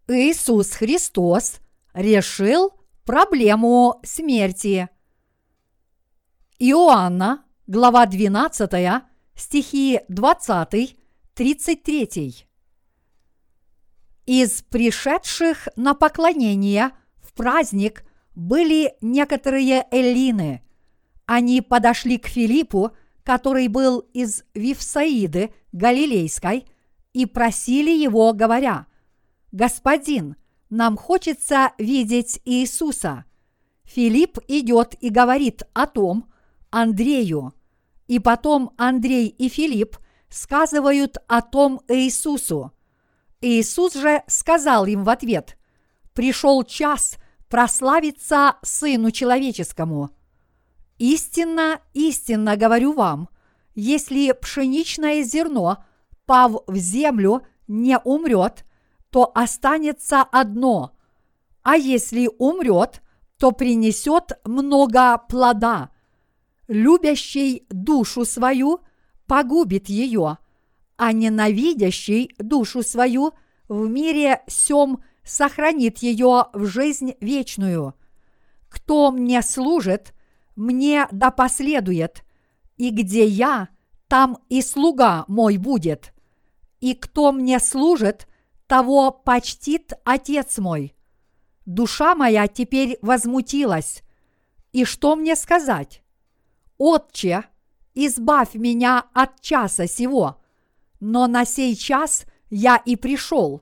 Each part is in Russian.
Иисус Христос решил проблему смерти. Иоанна, глава 12, стихи 20-33. Из пришедших на поклонение в праздник были некоторые эллины. Они подошли к Филиппу, который был из Вифсаиды Галилейской, и просили его, говоря: «Господин, нам хочется видеть Иисуса». Филипп идет и говорит о том Андрею, и потом Андрей и Филипп сказывают о том Иисусу. Иисус же сказал им в ответ: «Пришел час прославиться Сыну Человеческому. Истинно, истинно говорю вам, если пшеничное зерно, пав в землю, не умрет, то останется одно, а если умрет, то принесет много плода. Любящий душу свою погубит ее, а ненавидящий душу свою в мире сем сохранит ее в жизнь вечную. Кто мне служит, мне да последует, и где я, там и слуга мой будет. И кто мне служит, того почтит Отец мой. Душа моя теперь возмутилась. И что мне сказать? Отче, избавь меня от часа сего, но на сей час я и пришел.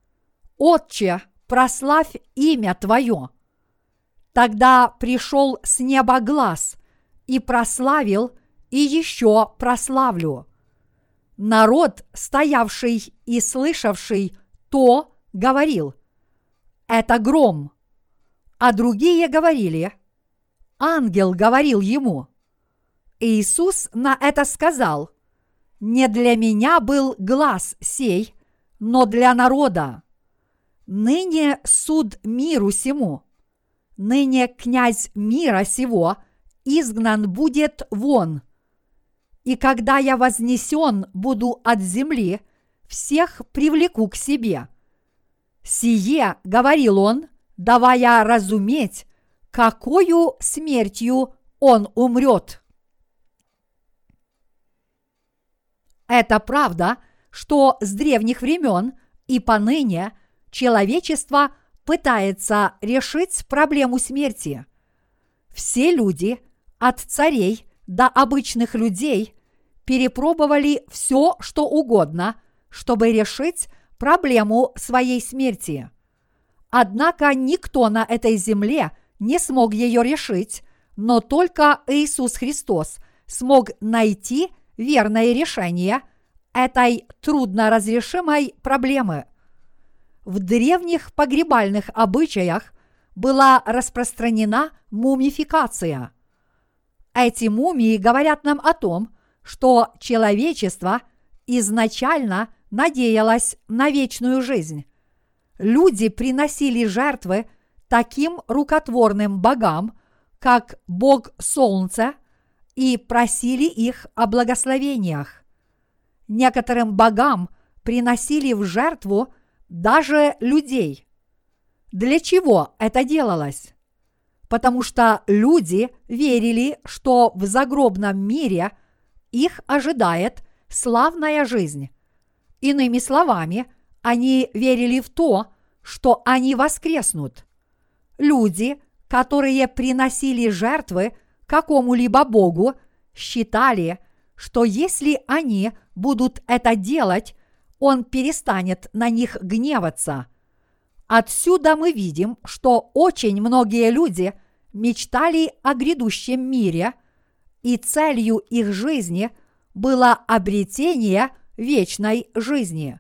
Отче, прославь имя Твое. Тогда пришел с неба глас и прославил, и еще прославлю. Народ, стоявший и слышавший то, говорил: «Это гром». А другие говорили: «Ангел говорил ему». Иисус на это сказал: «Не для меня был глас сей, но для народа. Ныне суд миру сему. Ныне князь мира сего изгнан будет вон. И когда я вознесен буду от земли, всех привлеку к себе». Сие говорил он, давая разуметь, какою смертью он умрет. Это правда, что с древних времен и поныне человечество пытается решить проблему смерти. Все люди, от царей до обычных людей, перепробовали все, что угодно, чтобы решить проблему своей смерти. Однако никто на этой земле не смог ее решить, но только Иисус Христос смог найти верное решение этой трудноразрешимой проблемы. В древних погребальных обычаях была распространена мумификация. Эти мумии говорят нам о том, что человечество изначально надеялось на вечную жизнь. Люди приносили жертвы таким рукотворным богам, как бог Солнца, и просили их о благословениях. Некоторым богам приносили в жертву даже людей. Для чего это делалось? Потому что люди верили, что в загробном мире их ожидает славная жизнь. Иными словами, они верили в то, что они воскреснут. Люди, которые приносили жертвы какому-либо богу, считали, что если они будут это делать, он перестанет на них гневаться. Отсюда мы видим, что очень многие люди мечтали о грядущем мире, и целью их жизни было обретение вечной жизни.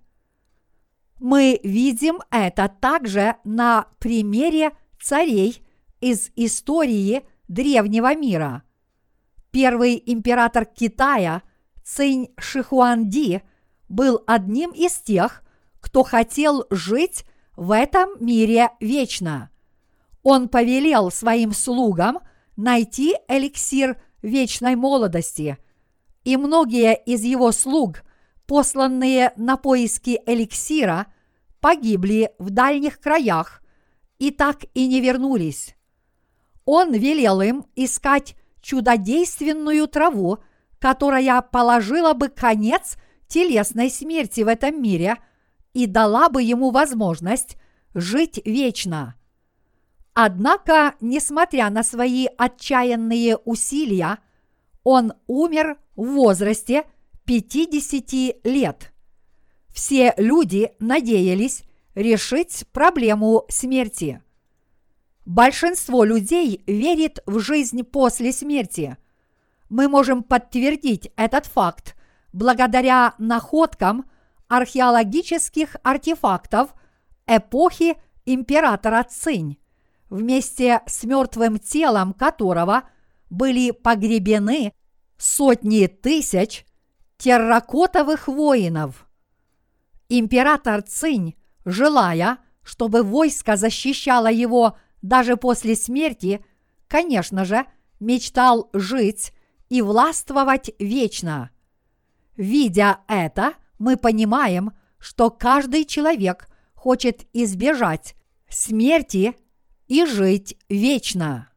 Мы видим это также на примере царей из истории древнего мира. Первый император Китая Цинь Шихуанди был одним из тех, кто хотел жить в этом мире вечно. Он повелел своим слугам найти эликсир вечной молодости, и многие из его слуг, посланные на поиски эликсира, погибли в дальних краях и так и не вернулись. Он велел им искать чудодейственную траву, которая положила бы конец телесной смерти в этом мире и дала бы ему возможность жить вечно. Однако, несмотря на свои отчаянные усилия, он умер в возрасте 50 лет. Все люди надеялись решить проблему смерти. Большинство людей верит в жизнь после смерти. Мы можем подтвердить этот факт благодаря находкам археологических артефактов эпохи императора Цинь, вместе с мертвым телом которого были погребены сотни тысяч терракотовых воинов. Император Цинь, желая, чтобы войско защищало его даже после смерти, конечно же, мечтал жить и властвовать вечно. Видя это, мы понимаем, что каждый человек хочет избежать смерти и жить вечно.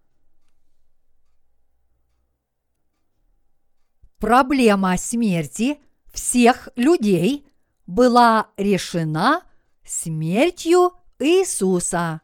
Проблема смерти всех людей была решена смертью Иисуса.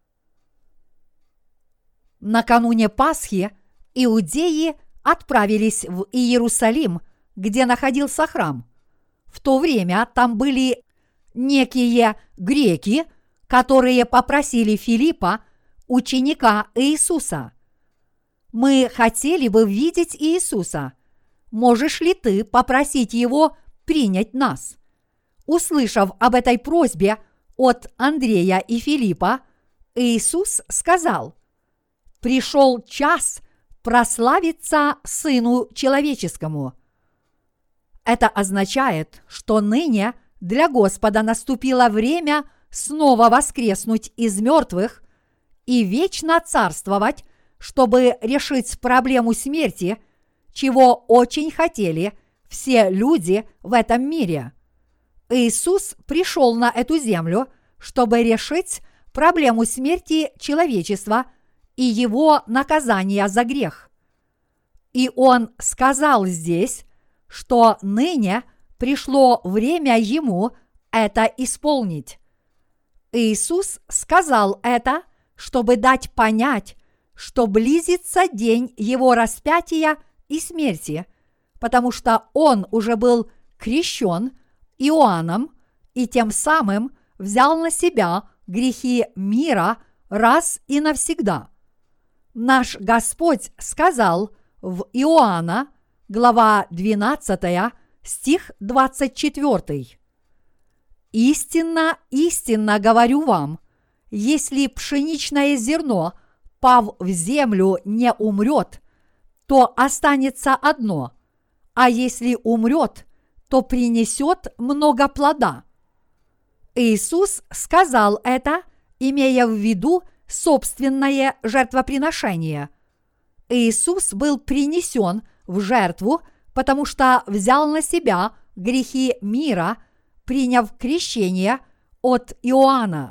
Накануне Пасхи иудеи отправились в Иерусалим, где находился храм. В то время там были некие греки, которые попросили Филиппа, ученика Иисуса: «Мы хотели бы видеть Иисуса. Можешь ли ты попросить его принять нас?» Услышав об этой просьбе от Андрея и Филиппа, Иисус сказал: «Пришел час прославиться Сыну Человеческому». Это означает, что ныне для Господа наступило время снова воскреснуть из мертвых и вечно царствовать, чтобы решить проблему смерти, чего очень хотели все люди в этом мире. Иисус пришел на эту землю, чтобы решить проблему смерти человечества и его наказания за грех. И Он сказал здесь, что ныне пришло время Ему это исполнить. Иисус сказал это, чтобы дать понять, что близится день Его распятия и смерти, потому что Он уже был крещен Иоанном и тем самым взял на себя грехи мира раз и навсегда. Наш Господь сказал в Иоанна, глава 12, стих 24: «Истинно, истинно говорю вам, если пшеничное зерно, пав в землю, не умрет, то останется одно, а если умрет, то принесет много плода». Иисус сказал это, имея в виду собственное жертвоприношение. Иисус был принесен в жертву, потому что взял на себя грехи мира, приняв крещение от Иоанна.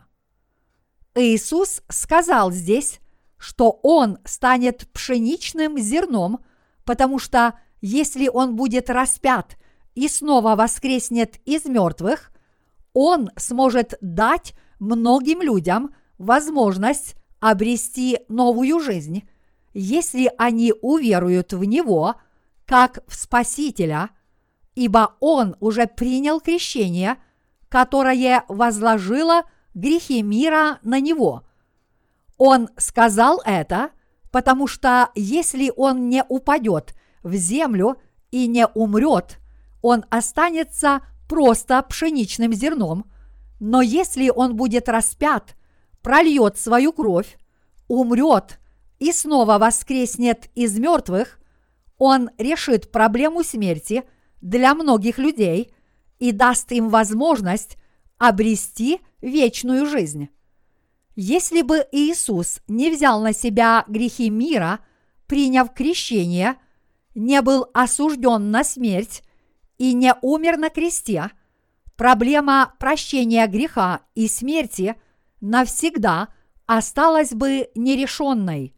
Иисус сказал здесь, что Он станет пшеничным зерном, потому что если Он будет распят и снова воскреснет из мертвых, Он сможет дать многим людям возможность обрести новую жизнь, если они уверуют в Него как в Спасителя, ибо Он уже принял крещение, которое возложило грехи мира на Него. Он сказал это, потому что если он не упадет в землю и не умрет, он останется просто пшеничным зерном, но если он будет распят, прольет свою кровь, умрет и снова воскреснет из мертвых, он решит проблему смерти для многих людей и даст им возможность обрести вечную жизнь. Если бы Иисус не взял на себя грехи мира, приняв крещение, не был осужден на смерть и не умер на кресте, проблема прощения греха и смерти навсегда осталась бы нерешенной.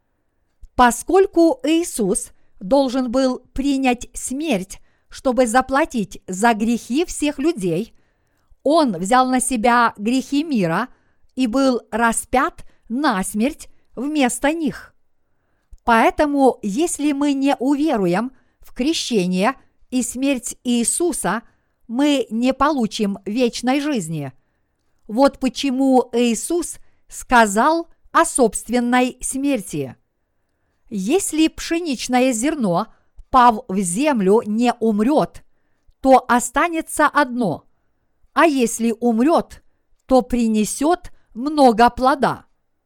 Поскольку Иисус должен был принять смерть, чтобы заплатить за грехи всех людей, Он взял на себя грехи мира и был распят насмерть вместо них. Поэтому, если мы не уверуем в крещение и смерть Иисуса, мы не получим вечной жизни. Вот почему Иисус сказал о собственной смерти. Если пшеничное зерно, пав в землю, не умрет, то останется одно, а если умрет, то принесет много плода.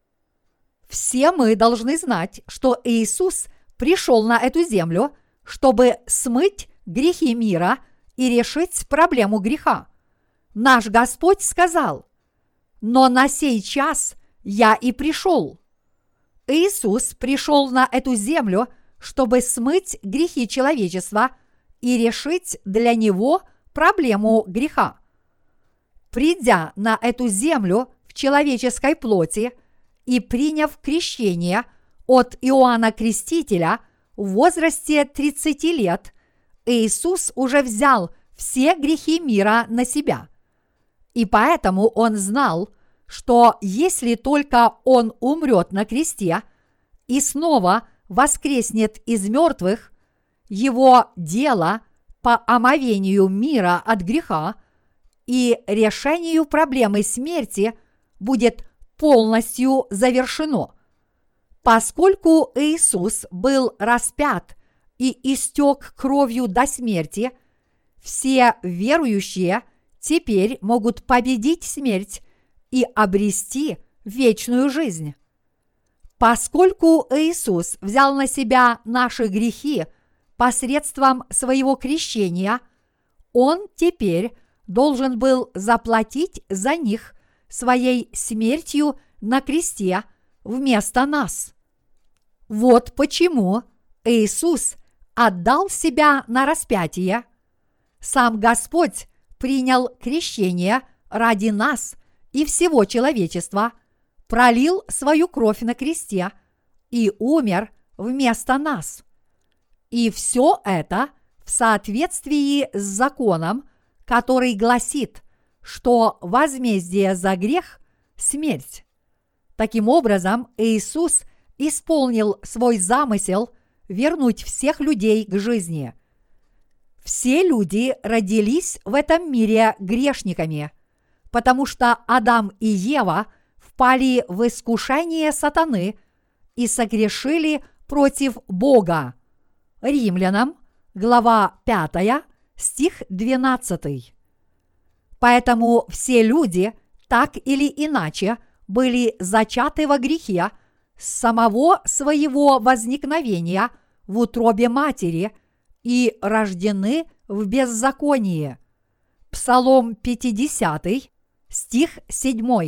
Все мы должны знать, что Иисус пришел на эту землю, чтобы смыть грехи мира и решить проблему греха. Наш Господь сказал: «Но на сей час я и пришел». Иисус пришел на эту землю, чтобы смыть грехи человечества и решить для него проблему греха. Придя на эту землю в человеческой плоти и приняв крещение от Иоанна Крестителя в возрасте 30 лет, Иисус уже взял все грехи мира на себя. И поэтому Он знал, что если только Он умрет на кресте и снова воскреснет из мертвых, Его дело по омовению мира от греха и решению проблемы смерти будет полностью завершено. Поскольку Иисус был распят и истек кровью до смерти, все верующие теперь могут победить смерть и обрести вечную жизнь. Поскольку Иисус взял на себя наши грехи посредством своего крещения, Он теперь должен был заплатить за них своей смертью на кресте вместо нас. Вот почему Иисус отдал себя на распятие. Сам Господь принял крещение ради нас и всего человечества, пролил свою кровь на кресте и умер вместо нас. И все это в соответствии с законом, который гласит, что возмездие за грех – смерть. Таким образом, Иисус исполнил свой замысел вернуть всех людей к жизни. Все люди родились в этом мире грешниками, потому что Адам и Ева впали в искушение сатаны и согрешили против Бога. Римлянам, глава 5, стих 12. Поэтому все люди, так или иначе, были зачаты во грехе с самого своего возникновения в утробе матери и рождены в беззаконии. Псалом 50, стих 7.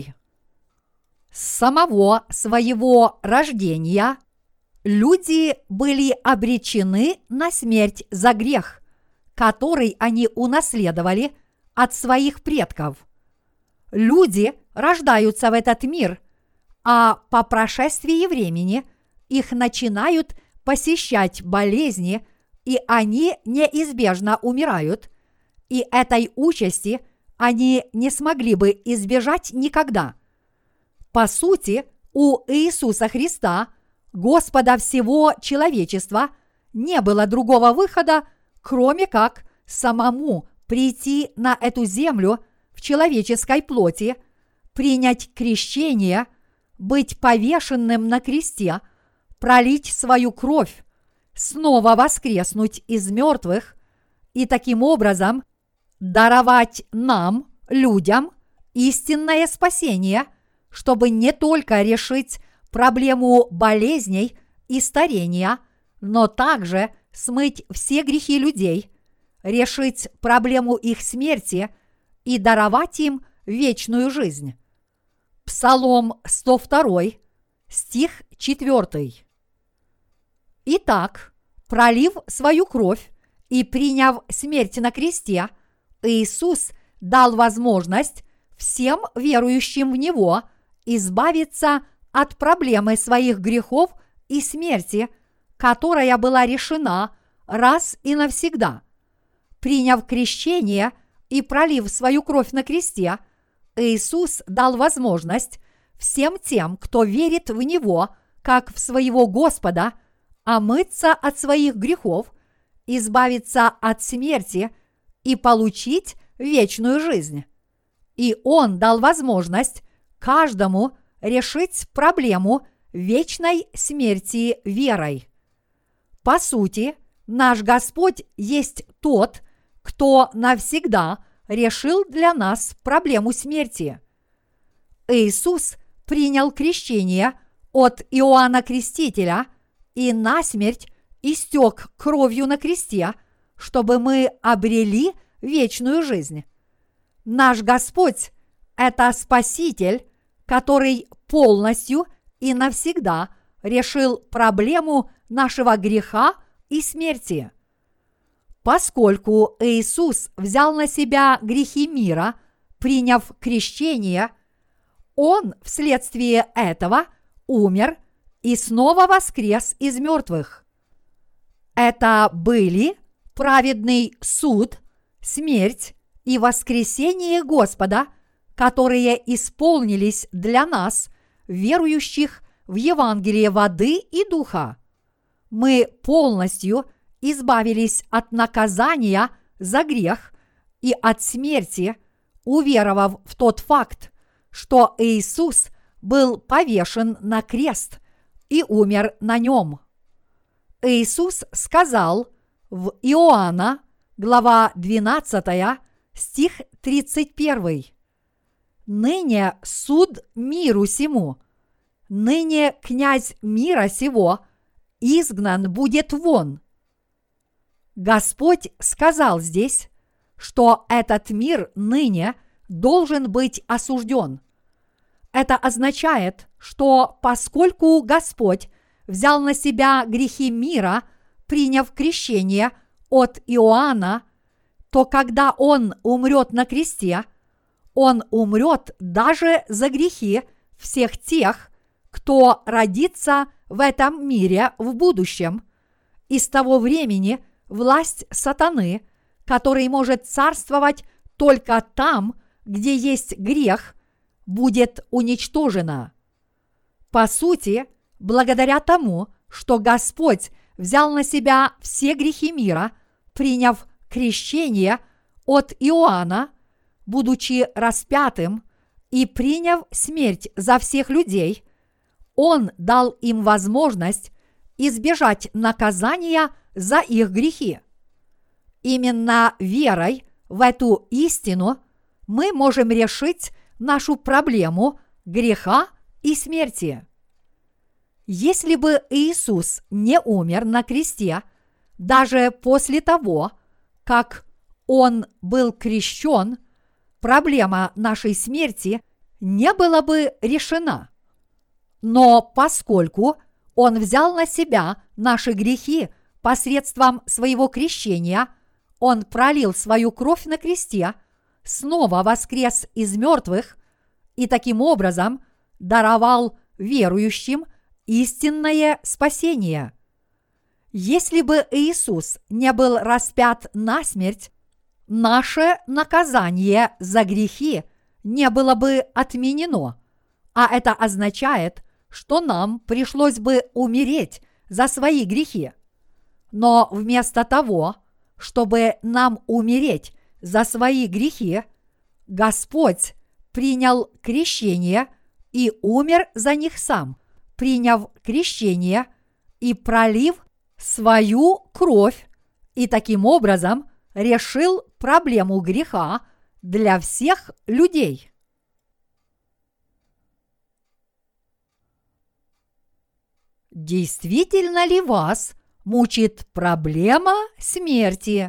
С самого своего рождения люди были обречены на смерть за грех, который они унаследовали от своих предков. Люди рождаются в этот мир, а по прошествии времени их начинают посещать болезни, и они неизбежно умирают, и этой участи они не смогли бы избежать никогда. По сути, у Иисуса Христа, Господа всего человечества, не было другого выхода, кроме как самому прийти на эту землю в человеческой плоти, принять крещение, быть повешенным на кресте, пролить свою кровь, снова воскреснуть из мертвых и таким образом даровать нам, людям, истинное спасение, чтобы не только решить проблему болезней и старения, но также смыть все грехи людей, решить проблему их смерти и даровать им вечную жизнь. Псалом 102, стих 4. Итак, пролив свою кровь и приняв смерть на кресте, Иисус дал возможность всем верующим в Него избавиться от проблемы своих грехов и смерти, которая была решена раз и навсегда. Приняв крещение и пролив свою кровь на кресте, Иисус дал возможность всем тем, кто верит в Него, как в своего Господа, омыться от своих грехов, избавиться от смерти и получить вечную жизнь. И Он дал возможность каждому решить проблему вечной смерти верой. По сути, наш Господь есть тот, кто навсегда решил для нас проблему смерти. Иисус принял крещение от Иоанна Крестителя и насмерть истек кровью на кресте, чтобы мы обрели вечную жизнь. Наш Господь – это Спаситель, который полностью и навсегда решил проблему нашего греха и смерти. Поскольку Иисус взял на себя грехи мира, приняв крещение, Он вследствие этого умер и снова воскрес из мертвых. Это были праведный суд, смерть и воскресение Господа, которые исполнились для нас, верующих в Евангелие воды и духа. Мы полностью избавились от наказания за грех и от смерти, уверовав в тот факт, что Иисус был повешен на крест и умер на нем. Иисус сказал в Иоанна, глава 12, стих 31: «Ныне суд миру сему, ныне князь мира сего изгнан будет вон». Господь сказал здесь, что этот мир ныне должен быть осужден. Это означает, что поскольку Господь взял на себя грехи мира, приняв крещение от Иоанна, то когда Он умрет на кресте, Он умрет даже за грехи всех тех, кто родится в этом мире в будущем. И с того времени власть сатаны, который может царствовать только там, где есть грех, будет уничтожена. По сути, благодаря тому, что Господь взял на себя все грехи мира, приняв крещение от Иоанна, будучи распятым и приняв смерть за всех людей, Он дал им возможность избежать наказания за их грехи. Именно верой в эту истину мы можем решить нашу проблему греха и смерти. Если бы Иисус не умер на кресте, даже после того, как Он был крещен, проблема нашей смерти не была бы решена. Но поскольку Он взял на себя наши грехи посредством своего крещения, Он пролил свою кровь на кресте, снова воскрес из мертвых и таким образом даровал верующим истинное спасение. Если бы Иисус не был распят насмерть, наше наказание за грехи не было бы отменено, а это означает, что нам пришлось бы умереть за свои грехи. Но вместо того, чтобы нам умереть за свои грехи, Господь принял крещение и умер за них сам, приняв крещение и пролив свою кровь, и таким образом решил проблему греха для всех людей. Действительно ли вас мучит проблема смерти?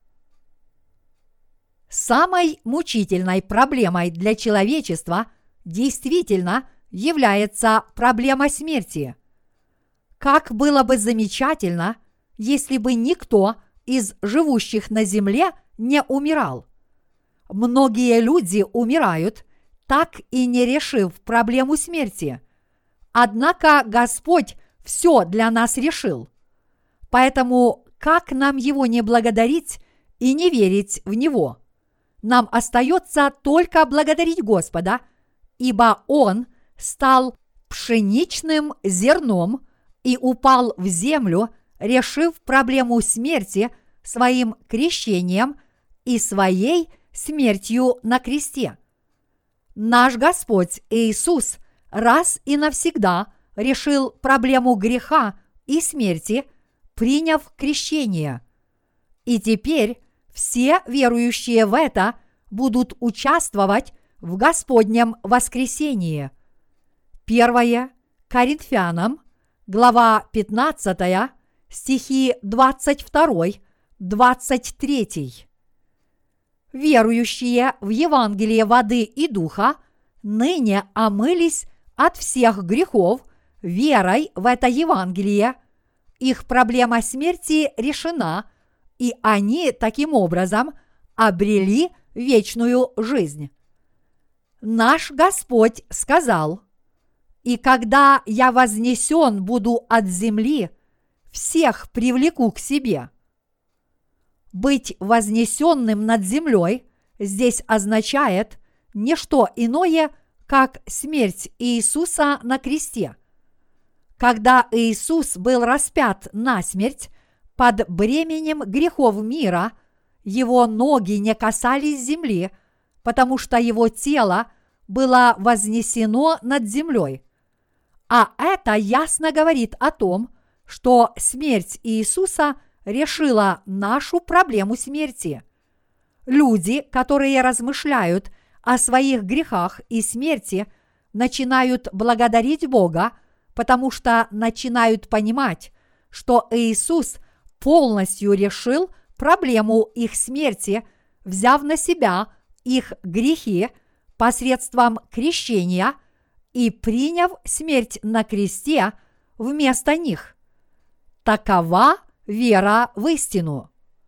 Самой мучительной проблемой для человечества действительно является проблема смерти. Как было бы замечательно, если бы никто из живущих на земле не умирал. Многие люди умирают, так и не решив проблему смерти. Однако Господь все для нас решил. Поэтому как нам Его не благодарить и не верить в Него? Нам остается только благодарить Господа, ибо Он стал пшеничным зерном и упал в землю, решив проблему смерти своим крещением и своей смертью на кресте. Наш Господь Иисус раз и навсегда решил проблему греха и смерти, приняв крещение. И теперь все верующие в это будут участвовать в Господнем воскресении. 1 Коринфянам, глава 15, стихи 22-23. Верующие в Евангелие воды и духа ныне омылись от всех грехов верой в это Евангелие. Их проблема смерти решена, и они таким образом обрели вечную жизнь. Наш Господь сказал: «И когда я вознесен буду от земли, всех привлеку к себе». Быть вознесенным над землей здесь означает не что иное, как смерть Иисуса на кресте. Когда Иисус был распят насмерть под бременем грехов мира, Его ноги не касались земли, потому что Его тело было вознесено над землей. А это ясно говорит о том, что смерть Иисуса решила нашу проблему смерти. Люди, которые размышляют о своих грехах и смерти, начинают благодарить Бога, потому что начинают понимать, что Иисус полностью решил проблему их смерти, взяв на себя их грехи посредством крещения и приняв смерть на кресте вместо них. Такова вера в истину.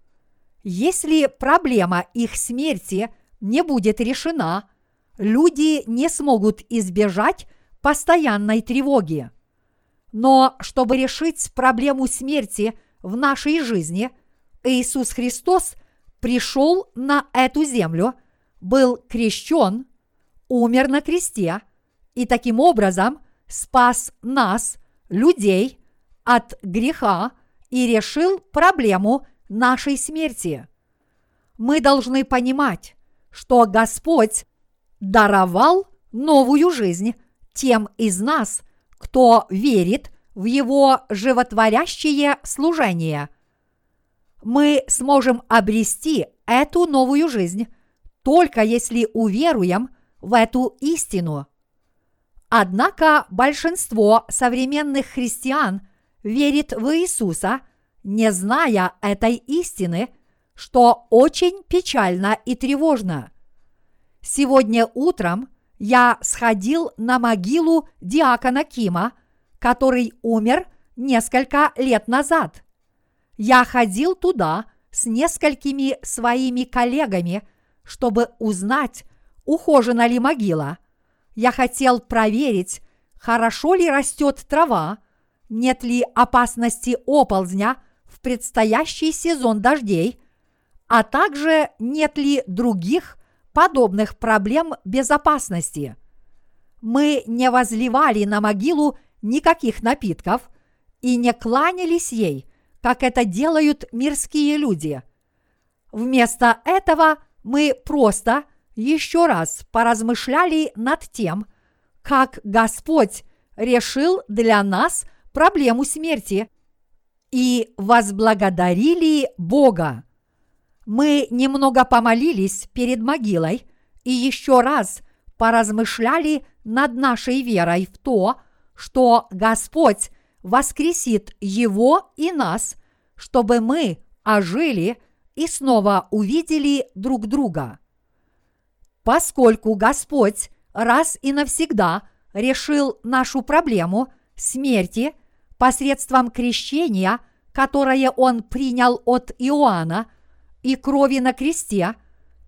Если проблема их смерти не будет решена, люди не смогут избежать постоянной тревоги. Но чтобы решить проблему смерти в нашей жизни, Иисус Христос пришел на эту землю, был крещен, умер на кресте и таким образом спас нас, людей, от греха и решил проблему нашей смерти. Мы должны понимать, что Господь даровал новую жизнь тем из нас, кто верит в Его животворящее служение. Мы сможем обрести эту новую жизнь только если уверуем в эту истину. Однако большинство современных христиан верит в Иисуса, не зная этой истины, что очень печально и тревожно. Сегодня утром я сходил на могилу диакона Кима, который умер несколько лет назад. Я ходил туда с несколькими своими коллегами, чтобы узнать, ухожена ли могила. Я хотел проверить, хорошо ли растет трава, нет ли опасности оползня в предстоящий сезон дождей, а также нет ли других подобных проблем безопасности. Мы не возливали на могилу никаких напитков и не кланялись ей, как это делают мирские люди. Вместо этого мы просто еще раз поразмышляли над тем, как Господь решил для нас проблему смерти и возблагодарили Бога. Мы немного помолились перед могилой и еще раз поразмышляли над нашей верой в то, что Господь воскресит Его и нас, чтобы мы ожили и снова увидели друг друга. Поскольку Господь раз и навсегда решил нашу проблему смерти посредством крещения, которое Он принял от Иоанна, и крови на кресте,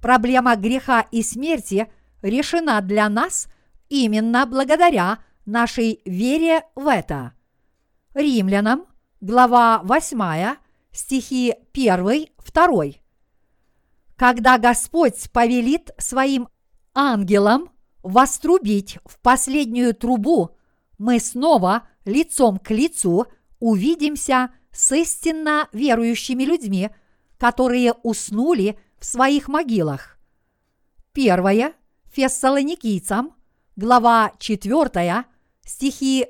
проблема греха и смерти решена для нас именно благодаря нашей вере в это. Римлянам, глава 8, стихи 1, 2. Когда Господь повелит своим ангелам вострубить в последнюю трубу, мы снова лицом к лицу увидимся с истинно верующими людьми, которые уснули в своих могилах. 1 Фессалоникийцам, глава 4, стихи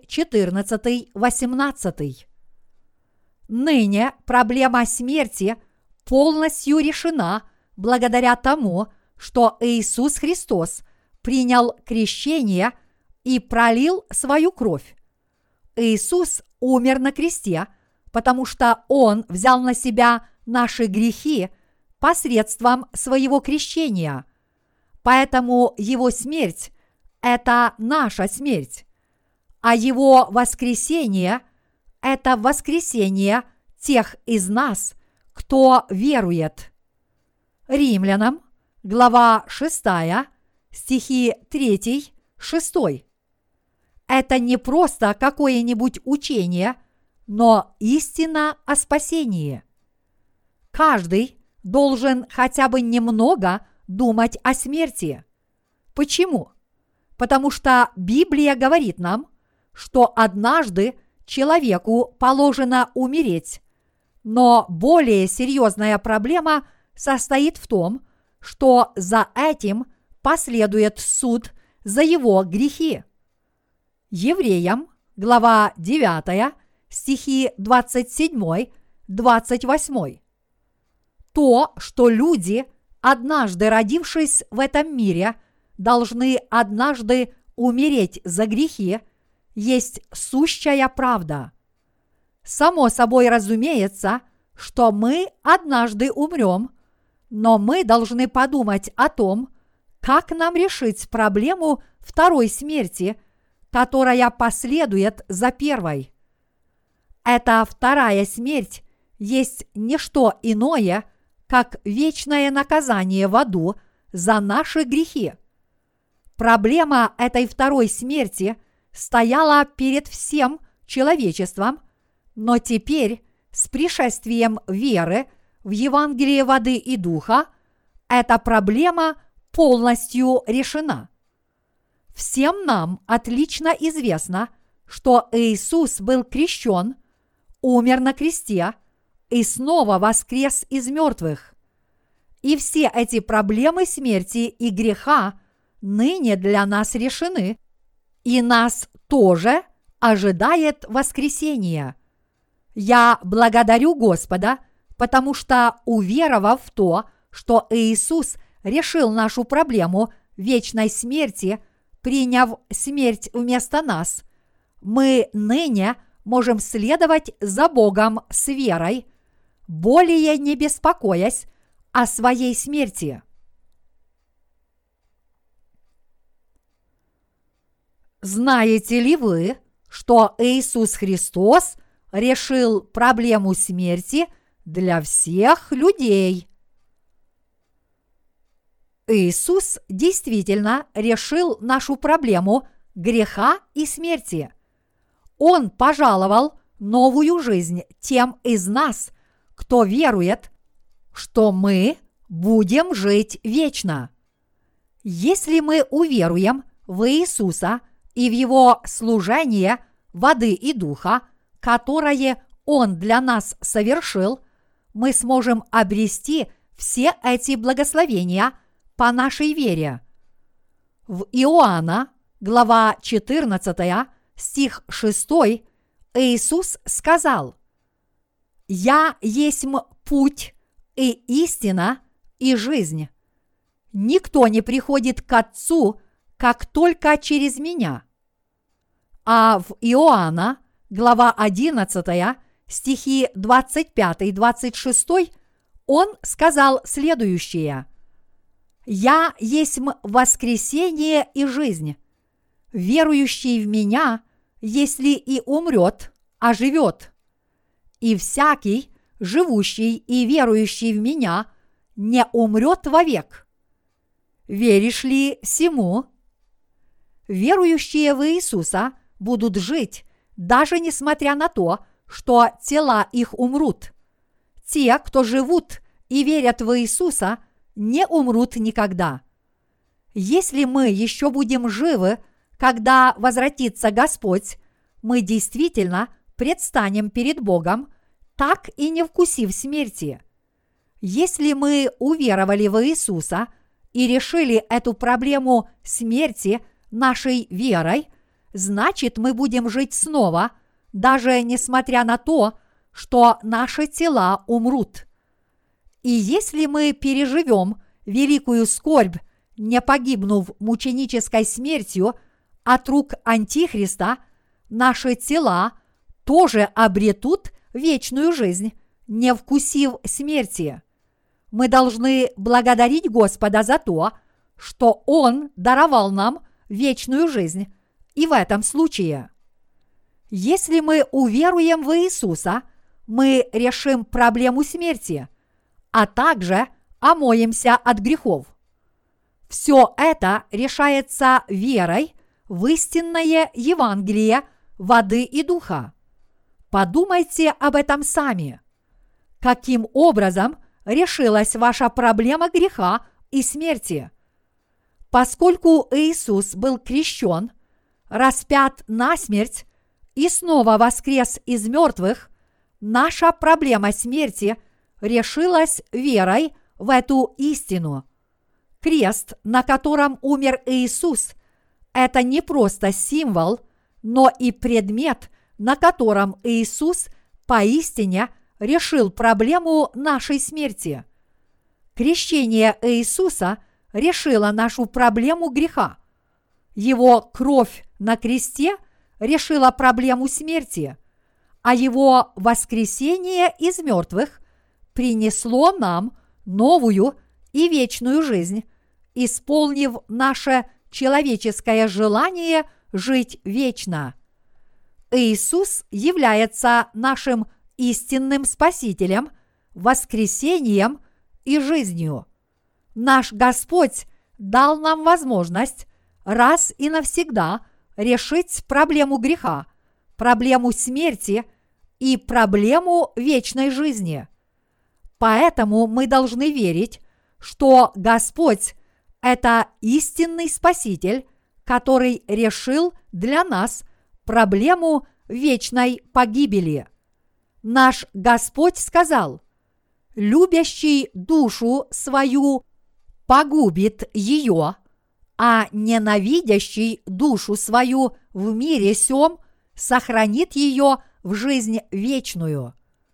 14-18. Ныне проблема смерти полностью решена благодаря тому, что Иисус Христос принял крещение и пролил свою кровь. Иисус умер на кресте, потому что Он взял на себя наши грехи посредством своего крещения. Поэтому Его смерть – это наша смерть, а Его воскресение – это воскресение тех из нас, кто верует. Римлянам, глава 6, стихи 3, 6. Это не просто какое-нибудь учение, но истина о спасении. Каждый должен хотя бы немного думать о смерти. Почему? Потому что Библия говорит нам, что однажды человеку положено умереть, но более серьезная проблема состоит в том, что за этим последует суд за его грехи. Евреям, глава 9, стихи 27-28. То, что люди, однажды родившись в этом мире, должны однажды умереть за грехи, есть сущая правда. Само собой разумеется, что мы однажды умрем, но мы должны подумать о том, как нам решить проблему второй смерти, которая последует за первой. Эта вторая смерть есть не что иное, как вечное наказание в аду за наши грехи. Проблема этой второй смерти стояла перед всем человечеством, но теперь с пришествием веры в Евангелие воды и духа эта проблема полностью решена. Всем нам отлично известно, что Иисус был крещен, умер на кресте и снова воскрес из мертвых. И все эти проблемы смерти и греха ныне для нас решены, и нас тоже ожидает воскресение. Я благодарю Господа, потому что, уверовав в то, что Иисус решил нашу проблему вечной смерти, приняв смерть вместо нас, мы ныне можем следовать за Богом с верой, более не беспокоясь о своей смерти. Знаете ли вы, что Иисус Христос решил проблему смерти для всех людей? Иисус действительно решил нашу проблему греха и смерти. Он пожаловал новую жизнь тем из нас, кто верует, что мы будем жить вечно. Если мы уверуем в Иисуса и в Его служение воды и духа, которое Он для нас совершил, мы сможем обрести все эти благословения по нашей вере. В Иоанна, глава 14, стих 6, Иисус сказал: «Я есмь путь и истина и жизнь. Никто не приходит к Отцу, как только через Меня». А в Иоанна, глава 11, стихи 25-26, Он сказал следующее: «Я есмь воскресение и жизнь. Верующий в Меня, если и умрет, оживет. И всякий, живущий и верующий в Меня, не умрет вовек. Веришь ли сему? Верующие в Иисуса будут жить, даже несмотря на то, что тела их умрут. Те, кто живут и верят в Иисуса, не умрут никогда. Если мы еще будем живы, когда возвратится Господь, мы действительно предстанем перед Богом, так и не вкусив смерти. Если мы уверовали в Иисуса и решили эту проблему смерти нашей верой, значит, мы будем жить снова, даже несмотря на то, что наши тела умрут. И если мы переживем великую скорбь, не погибнув мученической смертью от рук Антихриста, наши тела тоже обретут вечную жизнь, не вкусив смерти. Мы должны благодарить Господа за то, что Он даровал нам вечную жизнь, и в этом случае. Если мы уверуем в Иисуса, мы решим проблему смерти, а также омоемся от грехов. Все это решается верой в истинное Евангелие воды и духа. Подумайте об этом сами. Каким образом решилась ваша проблема греха и смерти? Поскольку Иисус был крещен, распят насмерть и снова воскрес из мертвых, наша проблема смерти решилась верой в эту истину. Крест, на котором умер Иисус, это не просто символ, но и предмет, на котором Иисус поистине решил проблему нашей смерти. Крещение Иисуса решило нашу проблему греха. Его кровь на кресте решила проблему смерти, а Его воскресение из мертвых принесло нам новую и вечную жизнь, исполнив наше человеческое желание жить вечно. Иисус является нашим истинным Спасителем, воскресением и жизнью. Наш Господь дал нам возможность раз и навсегда решить проблему греха, проблему смерти и проблему вечной жизни. Поэтому мы должны верить, что Господь – это истинный Спаситель, который решил для нас проблему вечной погибели. Наш Господь сказал: «Любящий душу свою погубит ее, а ненавидящий душу свою в мире сем сохранит ее в жизнь вечную».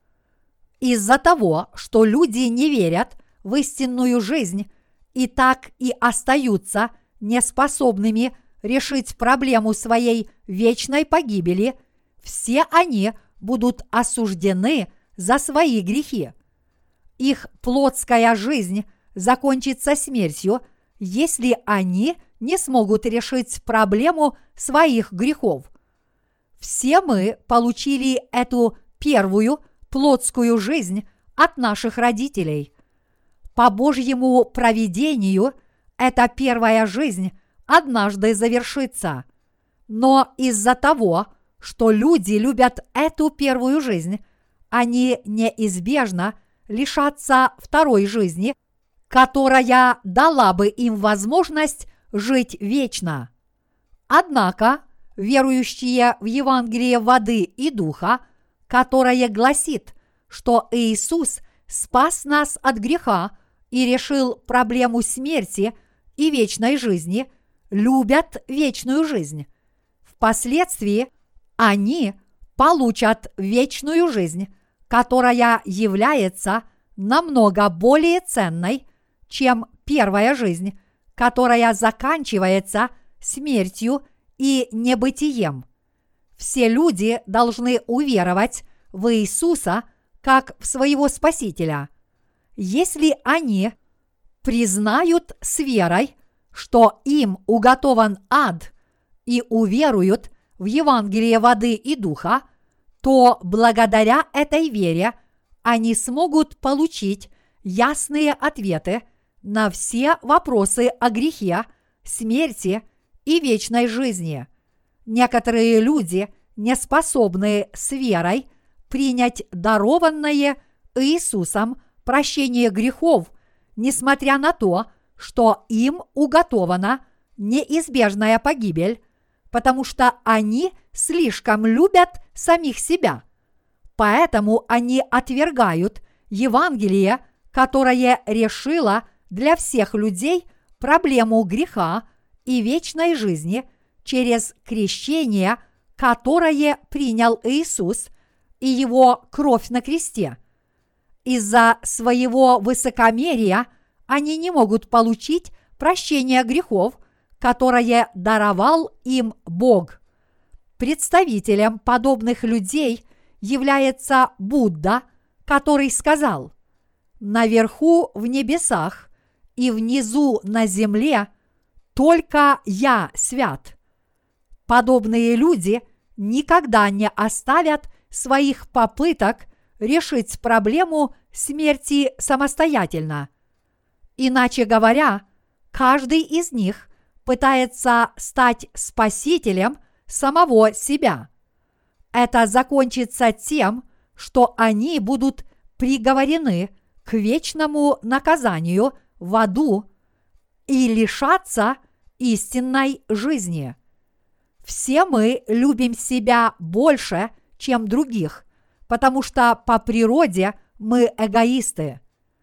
Из-за того, что люди не верят в истинную жизнь и так и остаются неспособными решить проблему своей вечной погибели, все они будут осуждены за свои грехи. Их плотская жизнь закончится смертью, если они не смогут решить проблему своих грехов. Все мы получили эту первую плотскую жизнь от наших родителей. По Божьему провидению эта первая жизнь однажды завершится. Но из-за того, что люди любят эту первую жизнь, они неизбежно лишатся второй жизни, которая дала бы им возможность жить вечно. Однако верующие в Евангелие воды и духа, которое гласит, что Иисус спас нас от греха и решил проблему смерти и вечной жизни, любят вечную жизнь. Впоследствии они получат вечную жизнь, которая является намного более ценной, чем первая жизнь, которая заканчивается смертью и небытием. Все люди должны уверовать в Иисуса как в своего Спасителя. Если они признают с верой, что им уготован ад, и уверуют в Евангелие воды и духа, то благодаря этой вере они смогут получить ясные ответы на все вопросы о грехе, смерти и вечной жизни. Некоторые люди не способны с верой принять дарованное Иисусом прощение грехов, несмотря на то, что им уготована неизбежная погибель, потому что они слишком любят самих себя. Поэтому они отвергают Евангелие, которое решило для всех людей проблему греха и вечной жизни через крещение, которое принял Иисус и Его кровь на кресте. Из-за своего высокомерия они не могут получить прощение грехов, которое даровал им Бог. Представителем подобных людей является Будда, который сказал: «Наверху в небесах и внизу на земле только я свят». Подобные люди никогда не оставят своих попыток решить проблему смерти самостоятельно. Иначе говоря, каждый из них пытается стать спасителем самого себя. Это закончится тем, что они будут приговорены к вечному наказанию в аду и лишатся истинной жизни. Все мы любим себя больше, чем других, потому что по природе мы эгоисты.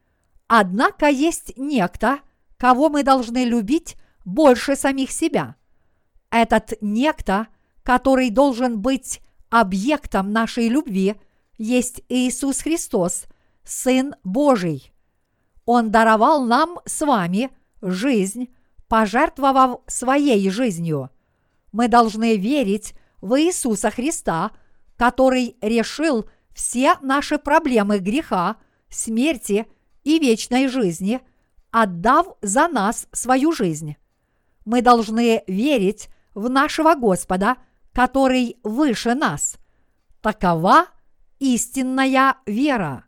Однако есть некто, кого мы должны любить больше самих себя. Этот некто, который должен быть объектом нашей любви, есть Иисус Христос, Сын Божий. Он даровал нам с вами жизнь, пожертвовав своей жизнью. Мы должны верить в Иисуса Христа, который решил все наши проблемы греха, смерти и вечной жизни, отдав за нас свою жизнь. Мы должны верить в нашего Господа, который выше нас. Такова истинная вера.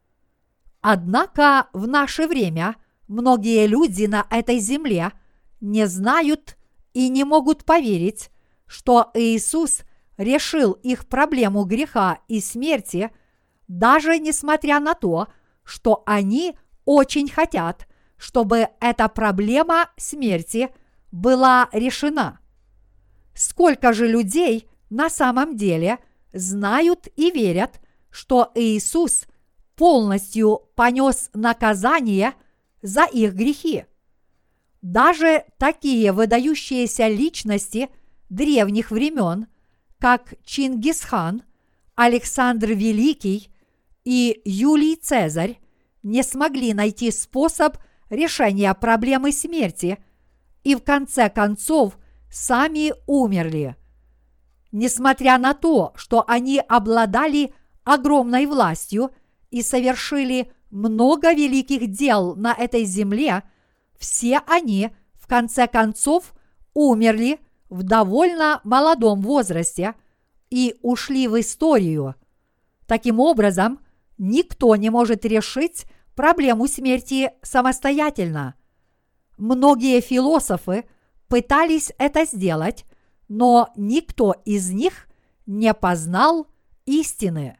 Однако в наше время многие люди на этой земле не знают и не могут поверить, что Иисус решил их проблему греха и смерти, даже несмотря на то, что они очень хотят, чтобы эта проблема смерти была решена. Сколько же людей на самом деле знают и верят, что Иисус полностью понес наказание за их грехи? Даже такие выдающиеся личности древних времен, как Чингисхан, Александр Великий и Юлий Цезарь, не смогли найти способ решения проблемы смерти и в конце концов сами умерли. Несмотря на то, что они обладали огромной властью и совершили много великих дел на этой земле, все они в конце концов умерли в довольно молодом возрасте и ушли в историю. Таким образом, никто не может решить проблему смерти самостоятельно. Многие философы пытались это сделать, но никто из них не познал истины.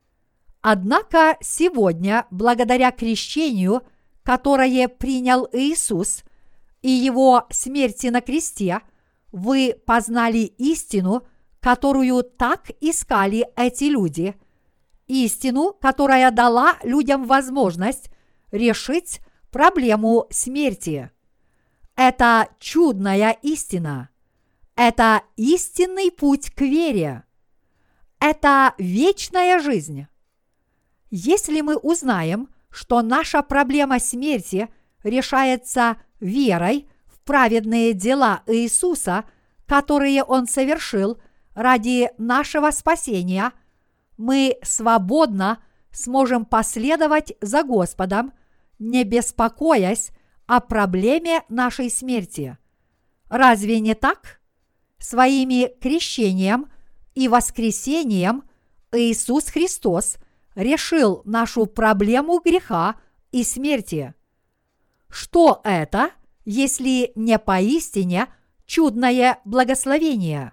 Однако сегодня, благодаря крещению, которое принял Иисус, и Его смерти на кресте, вы познали истину, которую так искали эти люди, истину, которая дала людям возможность решить проблему смерти. Это чудная истина. Это истинный путь к вере. Это вечная жизнь. Если мы узнаем, что наша проблема смерти решается верой в праведные дела Иисуса, которые Он совершил ради нашего спасения, мы свободно сможем последовать за Господом, не беспокоясь о проблеме нашей смерти. Разве не так? Своими крещением и воскресением Иисус Христос решил нашу проблему греха и смерти. Что это, если не поистине чудное благословение?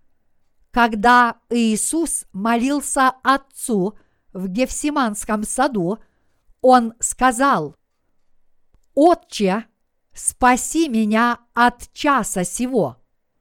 Когда Иисус молился Отцу в Гефсиманском саду, Он сказал: «Отче, спаси меня от часа сего».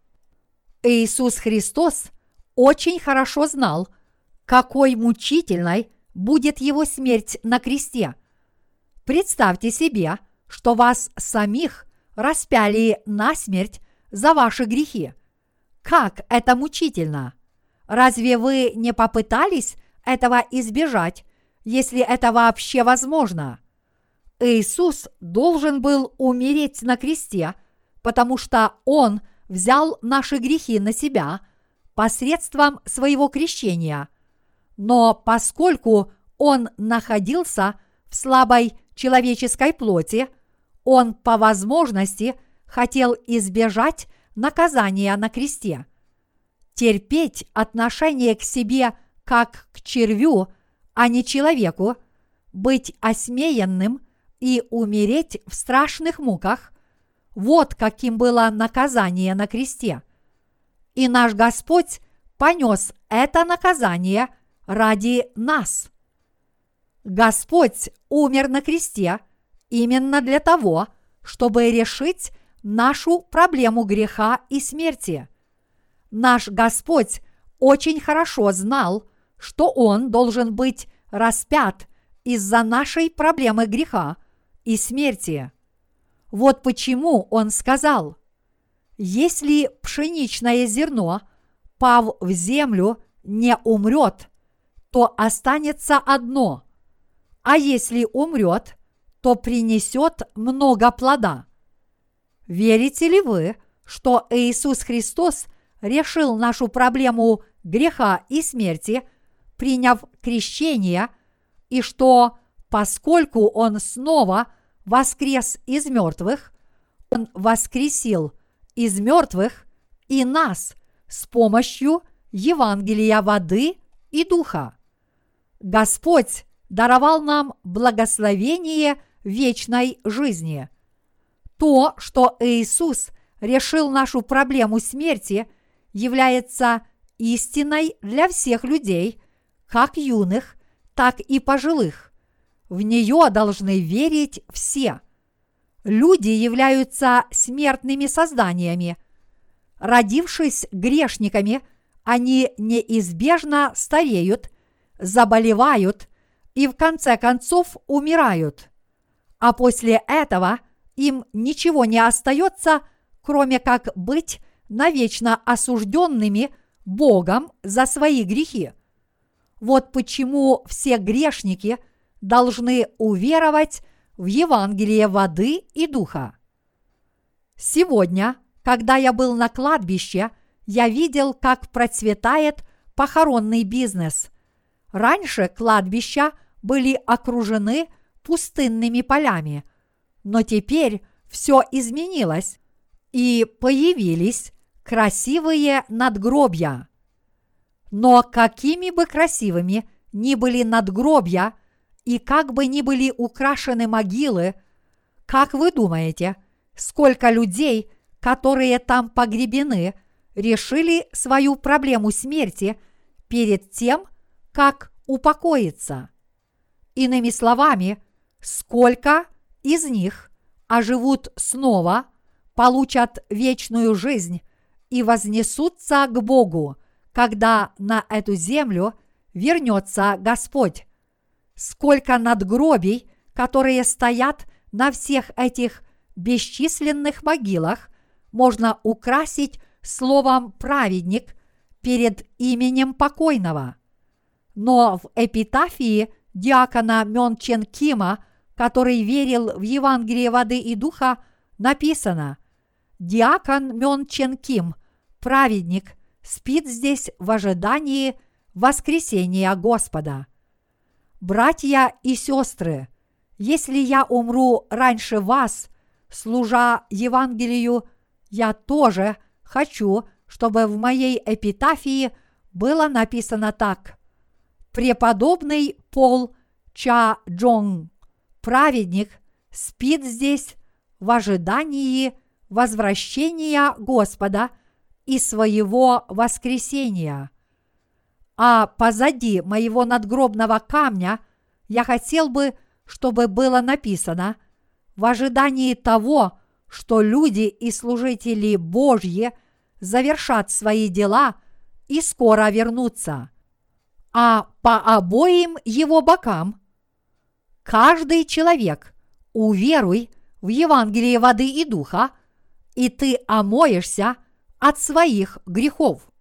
Иисус Христос очень хорошо знал, какой мучительной будет Его смерть на кресте. Представьте себе, что вас самих распяли насмерть за ваши грехи. Как это мучительно! Разве вы не попытались этого избежать, если это вообще возможно? Иисус должен был умереть на кресте, потому что Он взял наши грехи на себя посредством своего крещения. Но поскольку Он находился в слабой человеческой плоти, Он по возможности хотел избежать наказания на кресте. Терпеть отношение к себе как к червю, а не человеку, быть осмеянным и умереть в страшных муках – вот каким было наказание на кресте. И наш Господь понес это наказание ради нас. Господь умер на кресте именно для того, чтобы решить нашу проблему греха и смерти. Наш Господь очень хорошо знал, что Он должен быть распят из-за нашей проблемы греха и смерти. Вот почему Он сказал: «Если пшеничное зерно, пав в землю, не умрет, то останется одно, а если умрет, то принесет много плода». Верите ли вы, что Иисус Христос решил нашу проблему греха и смерти, приняв крещение, и что, поскольку Он снова воскрес из мертвых, Он воскресил из мертвых и нас с помощью Евангелия воды и духа? Господь даровал нам благословение вечной жизни. То, что Иисус решил нашу проблему смерти, является истиной для всех людей, как юных, так и пожилых. В нее должны верить все. Люди являются смертными созданиями. Родившись грешниками, они неизбежно стареют, заболевают и в конце концов умирают. А после этого им ничего не остается, кроме как быть навечно осужденными Богом за свои грехи. Вот почему все грешники должны уверовать в Евангелие воды и духа. Сегодня, когда я был на кладбище, я видел, как процветает похоронный бизнес. Раньше кладбища были окружены пустынными полями, но теперь все изменилось, и появились красивые надгробья. Но какими бы красивыми ни были надгробья, и как бы ни были украшены могилы, как вы думаете, сколько людей, которые там погребены, решили свою проблему смерти перед тем, как упокоиться? Иными словами, сколько из них оживут снова, получат вечную жизнь и вознесутся к Богу, когда на эту землю вернется Господь? Сколько надгробий, которые стоят на всех этих бесчисленных могилах, можно украсить словом «праведник» перед именем покойного. Но в эпитафии диакона Мёнчен Кима, который верил в Евангелие воды и духа, написано: «Диакон Мёнчен Ким, праведник, спит здесь в ожидании воскресения Господа». Братья и сестры, если я умру раньше вас, служа Евангелию, я тоже хочу, чтобы в моей эпитафии было написано так: «Преподобный Пол Ча Джонг, праведник, спит здесь в ожидании возвращения Господа и своего воскресения. А позади моего надгробного камня я хотел бы, чтобы было написано: в ожидании того, что люди и служители Божьи завершат свои дела и скоро вернутся. А по обоим его бокам каждый человек: уверуй в Евангелие воды и духа, и ты омоешься от своих грехов.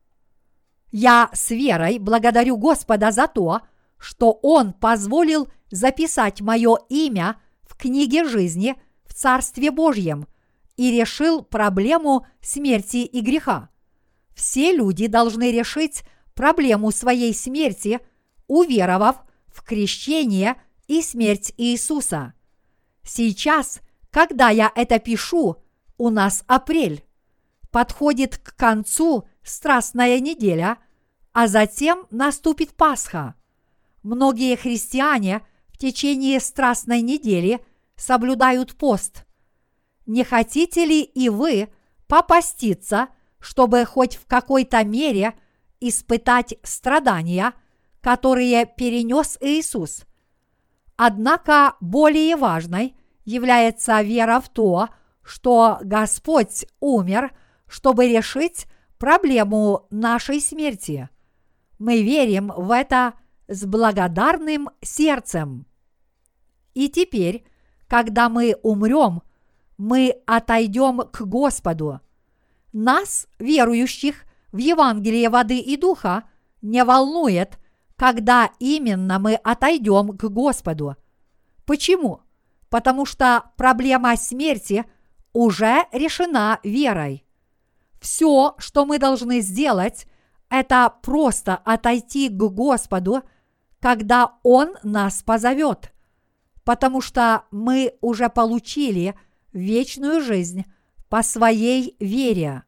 Я с верой благодарю Господа за то, что Он позволил записать мое имя в книге жизни в Царстве Божьем и решил проблему смерти и греха. Все люди должны решить проблему своей смерти, уверовав в крещение и смерть Иисуса. Сейчас, когда я это пишу, у нас апрель. Подходит к концу Страстная неделя, а затем наступит Пасха. Многие христиане в течение Страстной недели соблюдают пост. Не хотите ли и вы попаститься, чтобы хоть в какой-то мере испытать страдания, которые перенес Иисус? Однако более важной является вера в то, что Господь умер, чтобы решить проблему нашей смерти. Мы верим в это с благодарным сердцем. И теперь, когда мы умрем, мы отойдем к Господу. Нас, верующих в Евангелие воды и духа, не волнует, когда именно мы отойдем к Господу. Почему? Потому что проблема смерти уже решена верой. Все, что мы должны сделать, это просто отойти к Господу, когда Он нас позовет, потому что мы уже получили вечную жизнь по своей вере.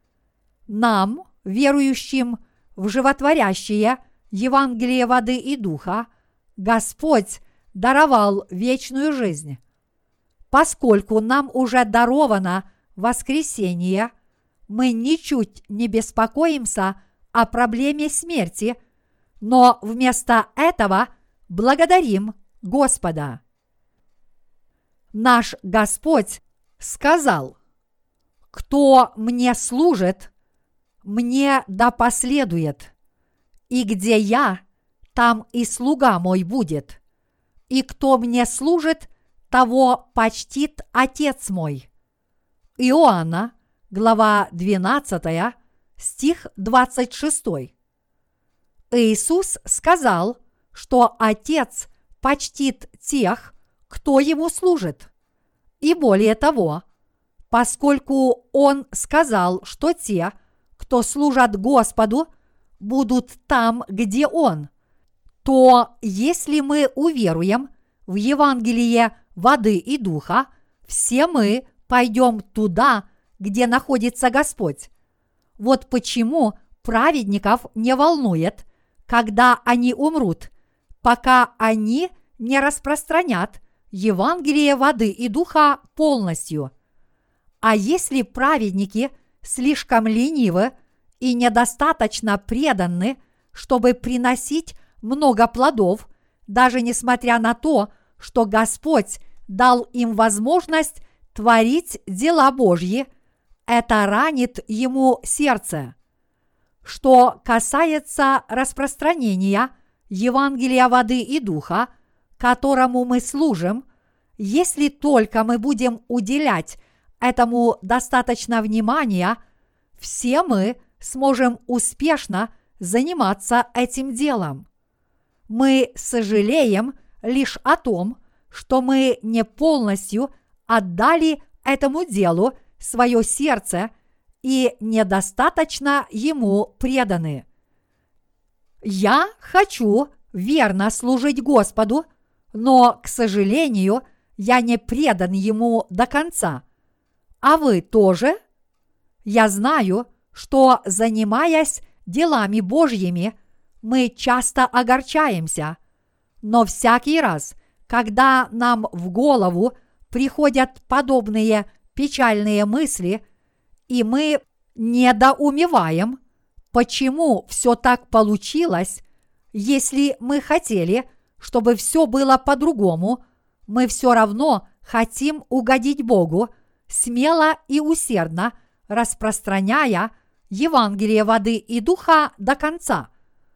Нам, верующим в животворящее Евангелие воды и духа, Господь даровал вечную жизнь. Поскольку нам уже даровано воскресение, мы ничуть не беспокоимся о проблеме смерти, но вместо этого благодарим Господа. Наш Господь сказал: «Кто мне служит, мне да последует, и где я, там и слуга мой будет, и кто мне служит, того почтит Отец мой». Иоанна, глава 12, стих 26. Иисус сказал, что Отец почтит тех, кто Ему служит. И более того, поскольку Он сказал, что те, кто служат Господу, будут там, где Он, то если мы уверуем в Евангелие воды и духа, все мы пойдем туда, где находится Господь. Вот почему праведников не волнует, когда они умрут, пока они не распространят Евангелие воды и духа полностью. А если праведники слишком ленивы и недостаточно преданны, чтобы приносить много плодов, даже несмотря на то, что Господь дал им возможность творить дела Божьи, это ранит ему сердце. Что касается распространения Евангелия воды и духа, которому мы служим, если только мы будем уделять этому достаточно внимания, все мы сможем успешно заниматься этим делом. Мы сожалеем лишь о том, что мы не полностью отдали этому делу свое сердце и недостаточно ему преданы. Я хочу верно служить Господу, но, к сожалению, я не предан Ему до конца. А вы тоже? Я знаю, что, занимаясь делами Божьими, мы часто огорчаемся, но всякий раз, когда нам в голову приходят подобные печальные мысли, и мы недоумеваем, почему все так получилось, если мы хотели, чтобы все было по-другому, мы все равно хотим угодить Богу, смело и усердно распространяя Евангелие воды и духа до конца.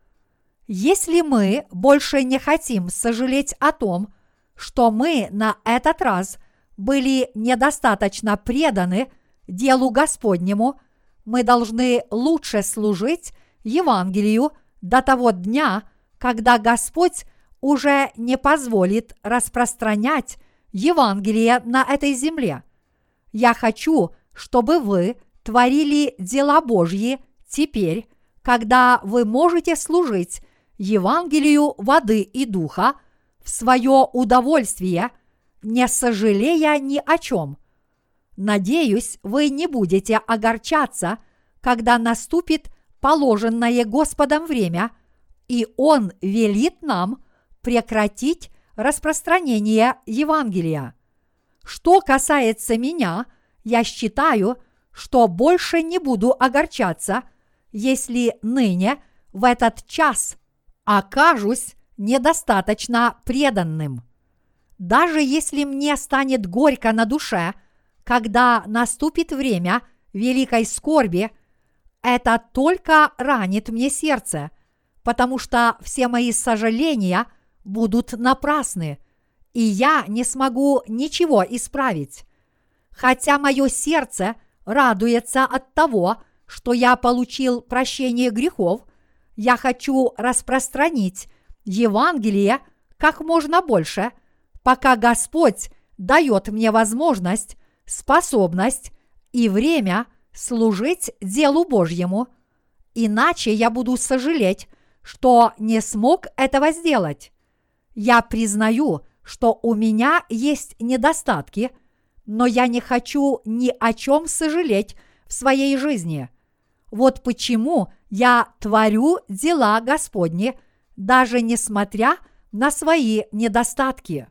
Если мы больше не хотим сожалеть о том, что мы на этот раз были недостаточно преданы делу Господнему, мы должны лучше служить Евангелию до того дня, когда Господь уже не позволит распространять Евангелие на этой земле. Я хочу, чтобы вы творили дела Божьи теперь, когда вы можете служить Евангелию воды и духа в свое удовольствие, не сожалея ни о чем. Надеюсь, вы не будете огорчаться, когда наступит положенное Господом время, и Он велит нам прекратить распространение Евангелия. Что касается меня, я считаю, что больше не буду огорчаться, если ныне, в этот час, окажусь недостаточно преданным. Даже если мне станет горько на душе, когда наступит время великой скорби, это только ранит мне сердце, потому что все мои сожаления будут напрасны, и я не смогу ничего исправить. Хотя мое сердце радуется от того, что я получил прощение грехов, я хочу распространить Евангелие как можно больше, пока Господь дает мне возможность, способность и время служить делу Божьему, иначе я буду сожалеть, что не смог этого сделать. Я признаю, что у меня есть недостатки, но я не хочу ни о чем сожалеть в своей жизни. Вот почему я творю дела Господни, даже несмотря на свои недостатки.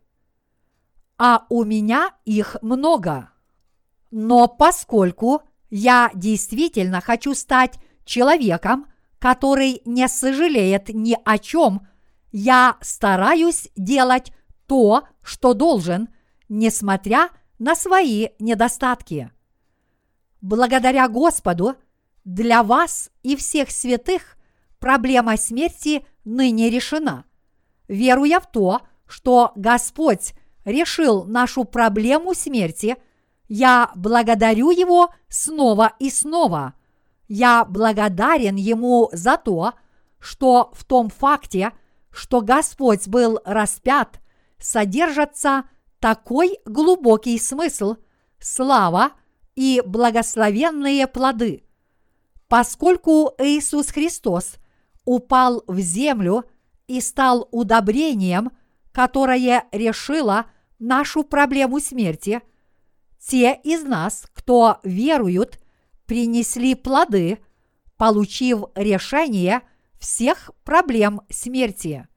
А у меня их много. Но поскольку я действительно хочу стать человеком, который не сожалеет ни о чем, я стараюсь делать то, что должен, несмотря на свои недостатки. Благодаря Господу, для вас и всех святых проблема смерти ныне решена. Веруя в то, что Господь решил нашу проблему смерти, я благодарю Его снова и снова. Я благодарен Ему за то, что в том факте, что Господь был распят, содержится такой глубокий смысл, слава и благословенные плоды. Поскольку Иисус Христос упал в землю и стал удобрением, которое решило нашу проблему смерти, те из нас, кто веруют, принесли плоды, получив решение всех проблем смерти.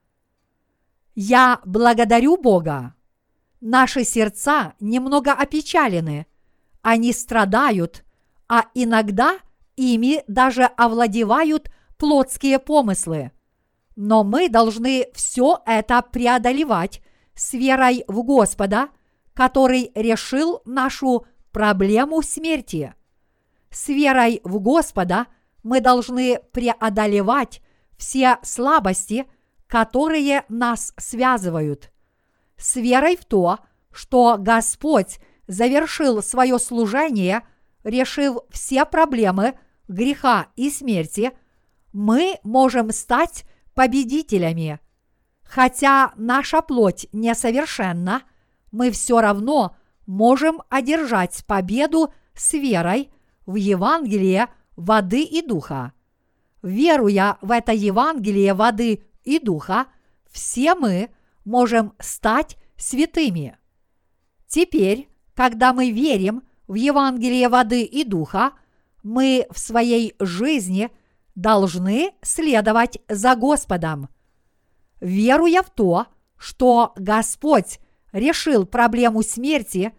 Я благодарю Бога. Наши сердца немного опечалены, они страдают, а иногда ими даже овладевают плотские помыслы. Но мы должны все это преодолевать с верой в Господа, который решил нашу проблему смерти. С верой в Господа мы должны преодолевать все слабости, которые нас связывают. С верой в то, что Господь завершил свое служение, решив все проблемы греха и смерти, мы можем стать победителями. Хотя наша плоть несовершенна, мы все равно можем одержать победу с верой в Евангелие воды и духа. Веруя в это Евангелие воды и духа, все мы можем стать святыми. Теперь, когда мы верим в Евангелие воды и духа, мы в своей жизни должны следовать за Господом. Веруя в то, что Господь решил проблему смерти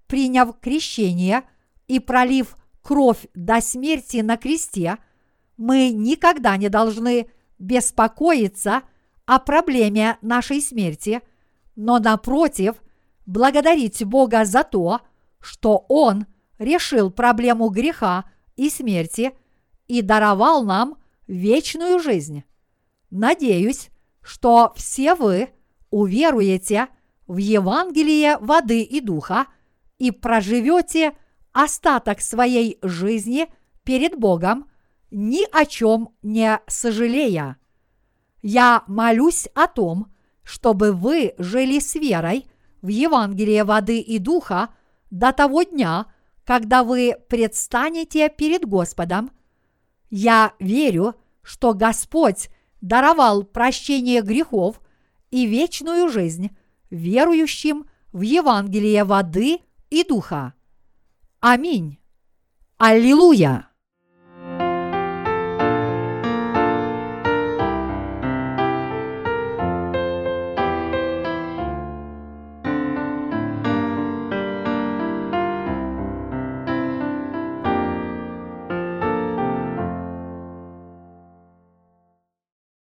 приняв крещение и пролив кровь до смерти на кресте, мы никогда не должны беспокоиться о проблеме нашей смерти, но напротив, благодарить Бога за то, что Он решил проблему греха и смерти и даровал нам вечную жизнь. Надеюсь, что все вы уверуете в Евангелие воды и духа и проживете остаток своей жизни перед Богом, ни о чем не сожалея. Я молюсь о том, чтобы вы жили с верой в Евангелие воды и духа до того дня, когда вы предстанете перед Господом. Я верю, что Господь даровал прощение грехов и вечную жизнь верующим в Евангелие воды и духа. Аминь. Аллилуйя!